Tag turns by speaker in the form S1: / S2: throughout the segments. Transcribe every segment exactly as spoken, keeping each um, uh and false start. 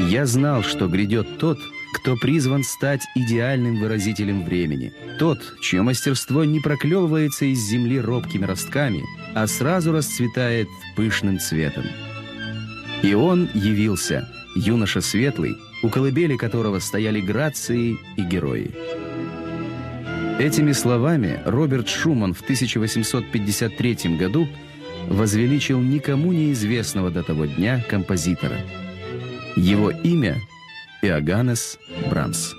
S1: Я знал, что грядет тот, кто призван стать идеальным выразителем времени. Тот, чье мастерство не проклевывается из земли робкими ростками, а сразу расцветает пышным цветом. И он явился, юноша светлый, у колыбели которого стояли грации и герои. Этими словами Роберт Шуман в тысяча восемьсот пятьдесят третьем году возвеличил никому неизвестного до того дня композитора. Его имя – Иоганнес Брамс.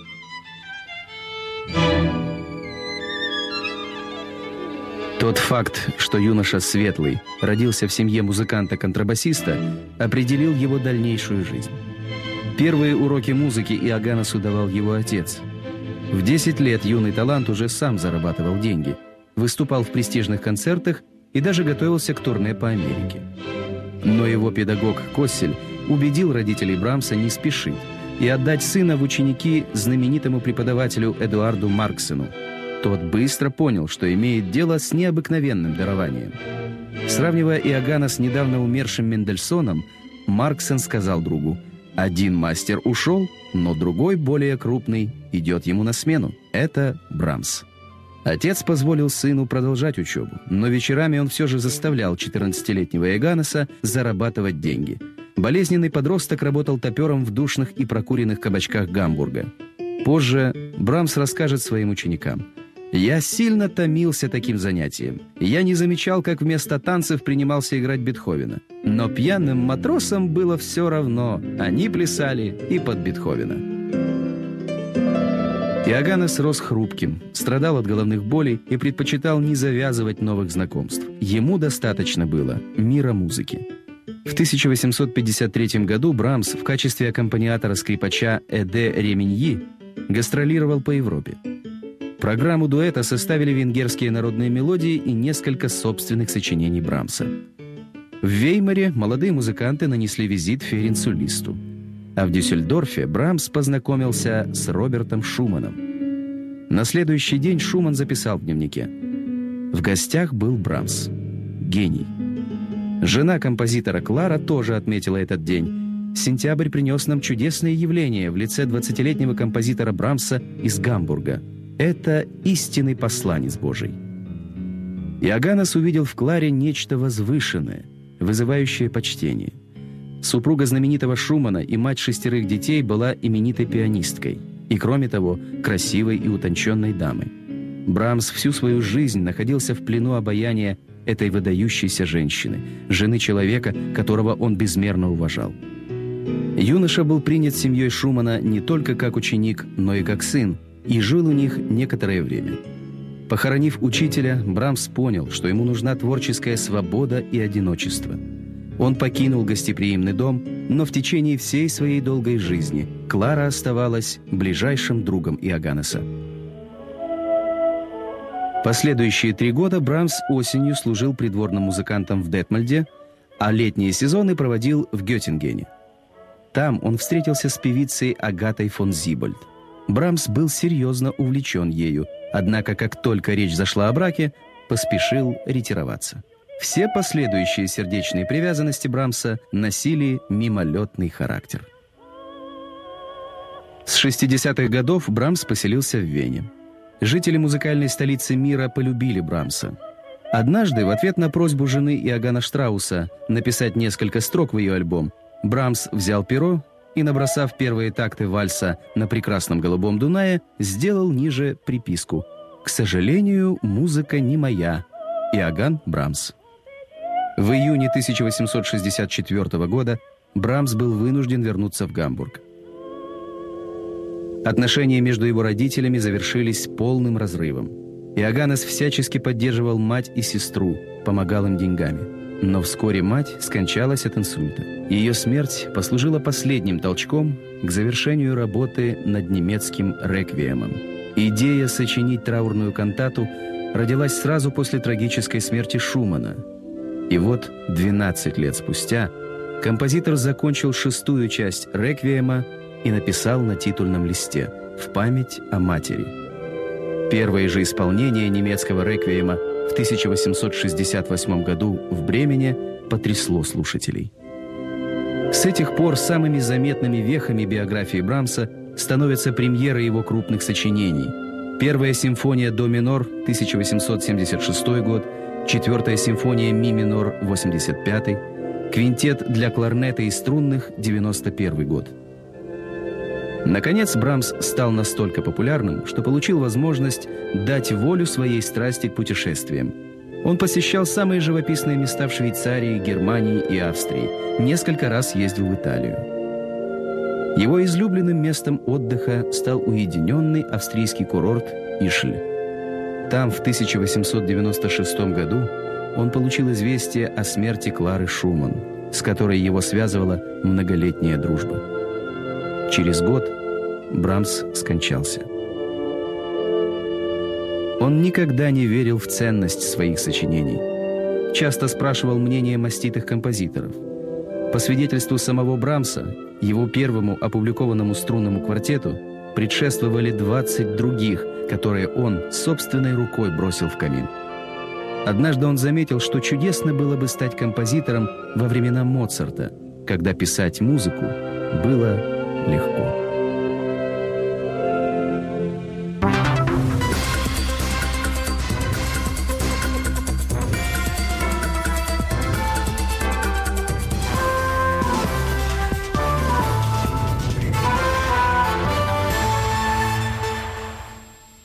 S1: Тот факт, что юноша Светлый родился в семье музыканта-контрабасиста, определил его дальнейшую жизнь. Первые уроки музыки Иоганнесу давал его отец. В десять лет юный талант уже сам зарабатывал деньги, выступал в престижных концертах и даже готовился к турне по Америке. Но его педагог Коссель убедил родителей Брамса не спешить и отдать сына в ученики знаменитому преподавателю Эдуарду Марксену. Тот быстро понял, что имеет дело с необыкновенным дарованием. Сравнивая Иоганна с недавно умершим Мендельсоном, Марксен сказал другу: «Один мастер ушел, но другой, более крупный, идет ему на смену. Это Брамс». Отец позволил сыну продолжать учебу, но вечерами он все же заставлял четырнадцатилетнего Иоганнеса зарабатывать деньги. Болезненный подросток работал топером в душных и прокуренных кабачках Гамбурга. Позже Брамс расскажет своим ученикам: «Я сильно томился таким занятием. Я не замечал, как вместо танцев принимался играть Бетховена. Но пьяным матросам было все равно. Они плясали и под Бетховена». Иоганнес рос хрупким, страдал от головных болей и предпочитал не завязывать новых знакомств. Ему достаточно было мира музыки. В тысяча восемьсот пятьдесят третьем году Брамс в качестве аккомпаниатора-скрипача Эде Реминьи гастролировал по Европе. Программу дуэта составили венгерские народные мелодии и несколько собственных сочинений Брамса. В Веймаре молодые музыканты нанесли визит Ференцу Листу. А в Дюссельдорфе Брамс познакомился с Робертом Шуманом. На следующий день Шуман записал в дневнике: «В гостях был Брамс. Гений». Жена композитора Клара тоже отметила этот день. Сентябрь принес нам чудесное явление в лице двадцатилетнего композитора Брамса из Гамбурга. Это истинный посланец Божий. Иоганнес увидел в Кларе нечто возвышенное, вызывающее почтение. Супруга знаменитого Шумана и мать шестерых детей была именитой пианисткой и, кроме того, красивой и утонченной дамой. Брамс всю свою жизнь находился в плену обаяния этой выдающейся женщины, жены человека, которого он безмерно уважал. Юноша был принят семьей Шумана не только как ученик, но и как сын, и жил у них некоторое время. Похоронив учителя, Брамс понял, что ему нужна творческая свобода и одиночество. Он покинул гостеприимный дом, но в течение всей своей долгой жизни Клара оставалась ближайшим другом Иоганнеса. Последующие три года Брамс осенью служил придворным музыкантом в Детмольде, а летние сезоны проводил в Геттингене. Там он встретился с певицей Агатой фон Зибольд. Брамс был серьезно увлечен ею, однако, как только речь зашла о браке, поспешил ретироваться. Все последующие сердечные привязанности Брамса носили мимолетный характер. С шестидесятых годов Брамс поселился в Вене. Жители музыкальной столицы мира полюбили Брамса. Однажды, в ответ на просьбу жены Иоганна Штрауса написать несколько строк в ее альбом, Брамс взял перо и, набросав первые такты вальса «На прекрасном голубом Дунае», сделал ниже приписку: «К сожалению, музыка не моя. Иоганн Брамс». В июне тысяча восемьсот шестьдесят четвёртого года Брамс был вынужден вернуться в Гамбург. Отношения между его родителями завершились полным разрывом. Иоганнес всячески поддерживал мать и сестру, помогал им деньгами. Но вскоре мать скончалась от инсульта. Ее смерть послужила последним толчком к завершению работы над немецким реквиемом. Идея сочинить траурную кантату родилась сразу после трагической смерти Шумана. И вот двенадцать лет спустя композитор закончил шестую часть реквиема и написал на титульном листе: «В память о матери». Первое же исполнение немецкого реквиема в тысяча восемьсот шестьдесят восьмом году в Бремене потрясло слушателей. С этих пор самыми заметными вехами биографии Брамса становятся премьеры его крупных сочинений. Первая симфония «До минор» тысяча восемьсот семьдесят шестой год, четвертая симфония «Ми минор» восемьдесят пятый, квинтет для кларнета и струнных девяносто первый год. Наконец, Брамс стал настолько популярным, что получил возможность дать волю своей страсти к путешествиям. Он посещал самые живописные места в Швейцарии, Германии и Австрии, несколько раз ездил в Италию. Его излюбленным местом отдыха стал уединенный австрийский курорт Ишль. Там в тысяча восемьсот девяносто шестом году он получил известие о смерти Клары Шуман, с которой его связывала многолетняя дружба. Через год Брамс скончался. Он никогда не верил в ценность своих сочинений. Часто спрашивал мнение маститых композиторов. По свидетельству самого Брамса, его первому опубликованному струнному квартету предшествовали двадцать других, которые он собственной рукой бросил в камин. Однажды он заметил, что чудесно было бы стать композитором во времена Моцарта, когда писать музыку было легко.